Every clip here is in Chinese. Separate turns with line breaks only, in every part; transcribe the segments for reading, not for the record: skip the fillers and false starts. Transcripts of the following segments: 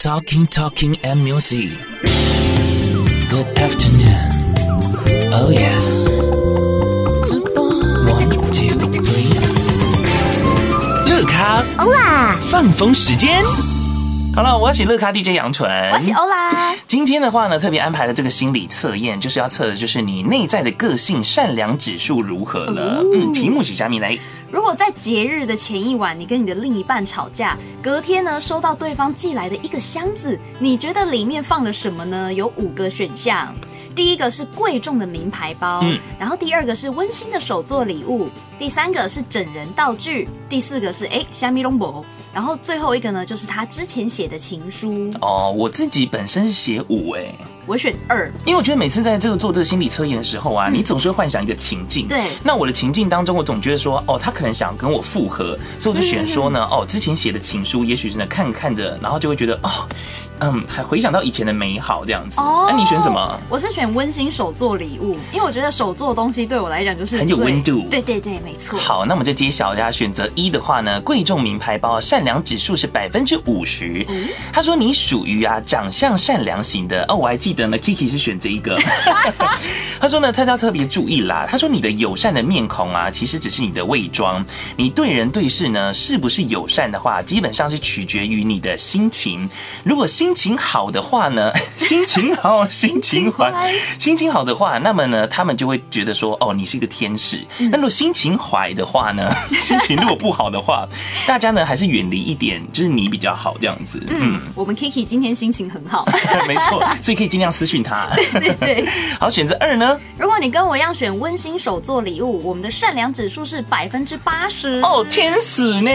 Talking and music. Good afternoon. Oh yeah. 1, 2, 3. 乐咖欧啦，放风时间。好了，我是乐咖 DJ 杨纯，
我是欧啦。
今天的话呢，特别安排了这个心理测验，就是要测的就是你内在的个性善良指数如何了。题目是虾米来？
如果在节日的前一晚，你跟你的另一半吵架，隔天呢收到对方寄来的一个箱子，你觉得里面放了什么呢？有5个选项。第一个是贵重的名牌包，然后第2个是温馨的手作礼物，第3个是整人道具，第4个是虾米拢无，然后最后一个呢就是他之前写的情书。我
自己本身是写5
我选2，
因为我觉得每次在做这个心理测验的时候啊，你总是会幻想一个情境。
对，
那我的情境当中，我总觉得说，他可能想跟我复合，所以我就选说呢，之前写的情书，也许真的看着，然后就会觉得还回想到以前的美好这样子。那你选什么？
我是选温馨手作礼物，因为我觉得手作的东西对我来讲就是
很有温度。
对，没错。
好，那我们就揭晓一下，选择1的话呢，贵重名牌包善良指数是50%。他说你属于长相善良型的我还记得呢 Kiki 是选这一个。他说呢，他要特别注意啦。他说你的友善的面孔其实只是你的伪装。你对人对事呢，是不是友善的话，基本上是取决于你的心情。如果心情好的话呢，心情好，心情坏，心情好的话，那么呢，他们就会觉得说，你是一个天使。那如果心情坏的话呢，心情如果不好的话，大家呢还是远离一点，就是你比较好这样子。
我们 Kiki 今天心情很好，
没错，所以可以尽量私讯他。
对。
好，选择2呢？
如果你跟我一样选温馨手作礼物，我们的善良指数是80%。
天使呢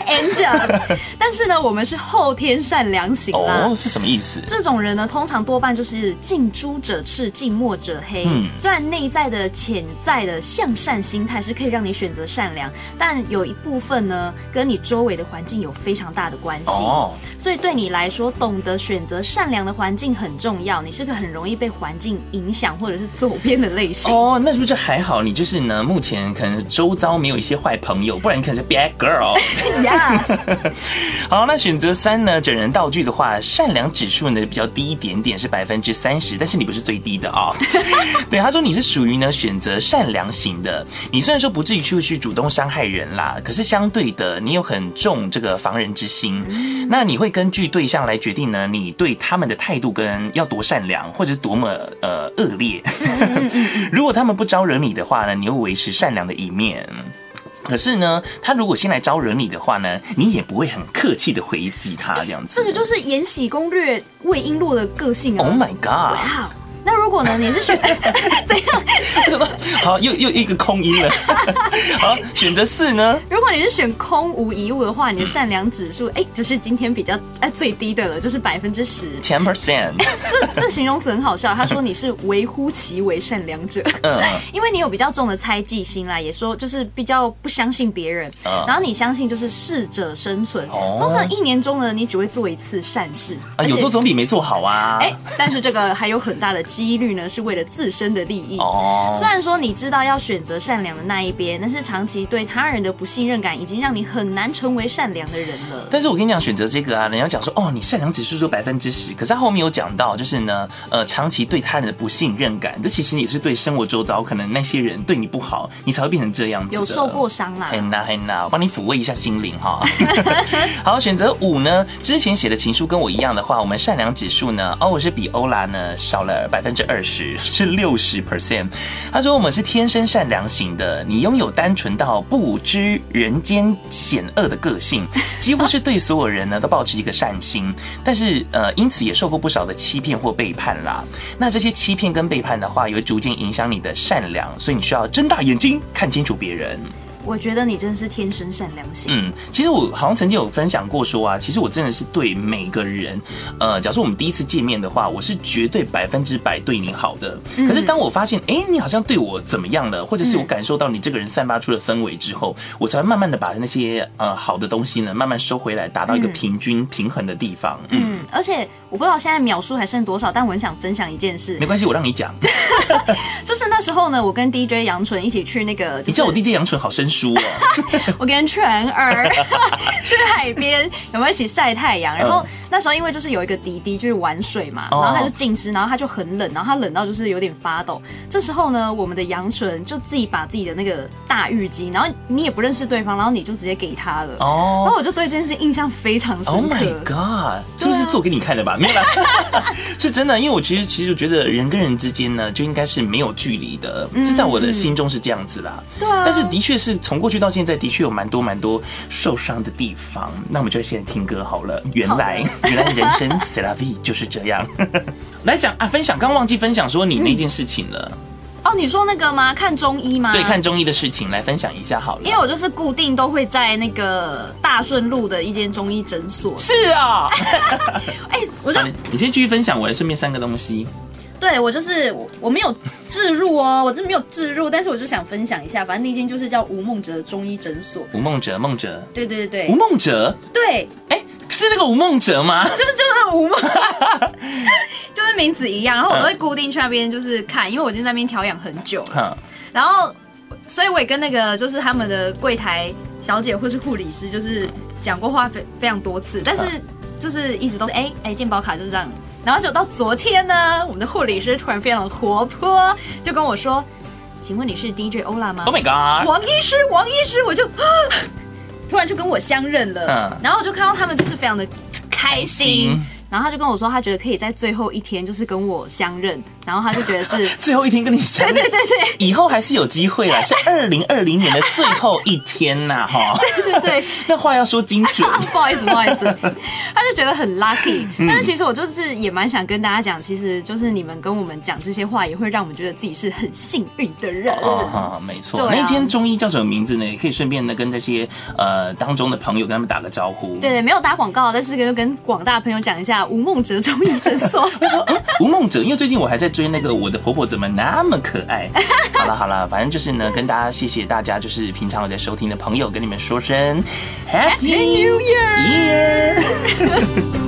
？Angel。但是呢，我们是后天善良型啦。
是什么意思？
这种人呢，通常多半就是近朱者赤，近墨者黑。虽然内在的潜在的向善心态是可以让你选择善良，但有一部分呢，跟你周围的环境有非常大的关系。所以对你来说，懂得选择善良的环境很重要。你是个很容易被环境影响或者是走偏的类型。
那是不是还好？你就是呢，目前可能周遭没有一些坏朋友，不然你可能是 bad girl。
Yes。
好，那选择3呢？整人道具的话，善良指数呢比较低一点点，是30%，但是你不是最低的对，他说你是属于呢选择善良型的。你虽然说不至于去主动伤害人啦，可是相对的，你有很重这个防人之心。那你会根据对象来决定呢，你对他们的态度跟要多善良，或者是多么恶劣。如果他们不招惹你的话呢，你会维持善良的一面。可是呢，他如果先来招惹你的话呢，你也不会很客气的回击他这样子。
这个就是《延禧攻略》魏璎珞的个性啊
！Oh my god！
哇！那如果呢？你是选怎样？
好，又一个空音了。好，选择4呢？
如果你是选空无一物的话，你的善良指数就是今天比较最低的了，就是10%。
10%。
这形容词很好笑。他说你是微乎其微善良者，因为你有比较重的猜忌心啦，也说就是比较不相信别人，然后你相信就是适者生存。通常1年中呢，你只会做1次善事
有做总比没做好啊。
但是这个还有很大的几率呢，是为了自身的利益。虽然说你知道要选择善良的那一边，但是长期对他人的不信任感已经让你很难成为善良的人了。
但是我跟你讲，选择这个人家讲说你善良指数就10%，可是他后面有讲到，就是呢，长期对他人的不信任感，这其实也是对生活周遭可能那些人对你不好，你才会变成这样子的。
有受过伤啦。
我帮你抚慰一下心灵哈。好，选择5呢？之前写的情书跟我一样的话，我们善良指数呢，我是比欧拉呢少了20%，是60%。他说我们是天生善良型的，你拥有单纯到不知人间险恶的个性，几乎是对所有人呢都保持一个善心，但是因此也受过不少的欺骗或背叛啦。那这些欺骗跟背叛的话，也会逐渐影响你的善良，所以你需要睁大眼睛看清楚别人。
我觉得你真的是天生善良型。
其实我好像曾经有分享过说其实我真的是对每个人，假如说我们第一次见面的话，我是绝对100%对你好的。可是当我发现，你好像对我怎么样了，或者是我感受到你这个人散发出的氛围之后，我才会慢慢的把那些好的东西呢，慢慢收回来，达到一个平衡的地方。
而且我不知道现在秒数还剩多少，但我很想分享一件事。
没关系，我让你讲。
就是那时候呢，我跟 DJ 杨纯一起去那个，
你叫我 DJ 杨纯好生疏。 书哦。
我跟纯儿去海边，有没有一起晒太阳？然后那时候因为就是有一个弟弟就是玩水嘛，然后他就浸湿，然后他就很冷，然后他冷到就是有点发抖。这时候呢，我们的杨纯就自己把自己的那个大浴巾，然后你也不认识对方，然后你就直接给他了。哦，然后我就对这件事印象非常深刻。
Oh my god！ 是不是做给你看的吧？没有啦，是真的。因为我其实觉得人跟人之间呢，就应该是没有距离的，这在我的心中是这样子啦。
对啊。
但是的确是从过去到现在，的确有蛮多受伤的地方。那我们就先听歌好了。原来人生 c'est la vie 就是这样。来讲啊，分享刚忘记分享说你那件事情了。
哦，你说那个吗？看中医吗？
对，看中医的事情来分享一下好了。
因为我就是固定都会在那个大顺路的一间中医诊所。
是啊。
我就
你先继续分享，我来顺便3个东西。
对，我就是我没有置入哦，我真没有置入，但是我就想分享一下，反正那间就是叫吴孟哲中医诊所。
吴孟哲，
对，
吴孟哲，
对，
是那个吴孟哲吗？
就是那个吴孟哲，就是名字一样。然后我都会固定去那边就是看，因为我已经在那边调养很久了。然后，所以我也跟那个就是他们的柜台小姐或是护理师就是讲过话非常多次，但是就是一直都是健保卡就是这样。然后就到昨天呢，我们的护理师突然非常活泼，就跟我说：“请问你是 DJ 欧拉吗
？”Oh my god！
王医师，我就突然就跟我相认了。然后我就看到他们就是非常的开心。然后他就跟我说，他觉得可以在最后一天就是跟我相认，然后他就觉得是
最后一天跟你相认，对，以后还是有机会啦，是2020年的最后一天呐，哈，
对，
那话要说精准，
不好意思，他就觉得很 lucky，但是其实我就是也蛮想跟大家讲，其实就是你们跟我们讲这些话，也会让我们觉得自己是很幸运的人。
没错，那间中医叫什么名字呢？也可以顺便呢跟这些当中的朋友跟他们打个招呼。对，
没有打广告，但是跟广大朋友讲一下。吴孟哲中医诊所。
吴孟哲，因为最近我还在追那个《我的婆婆怎么那么可爱》。好了，反正就是呢，跟大家谢谢大家，就是平常有在收听的朋友，跟你们说声 Happy New Year。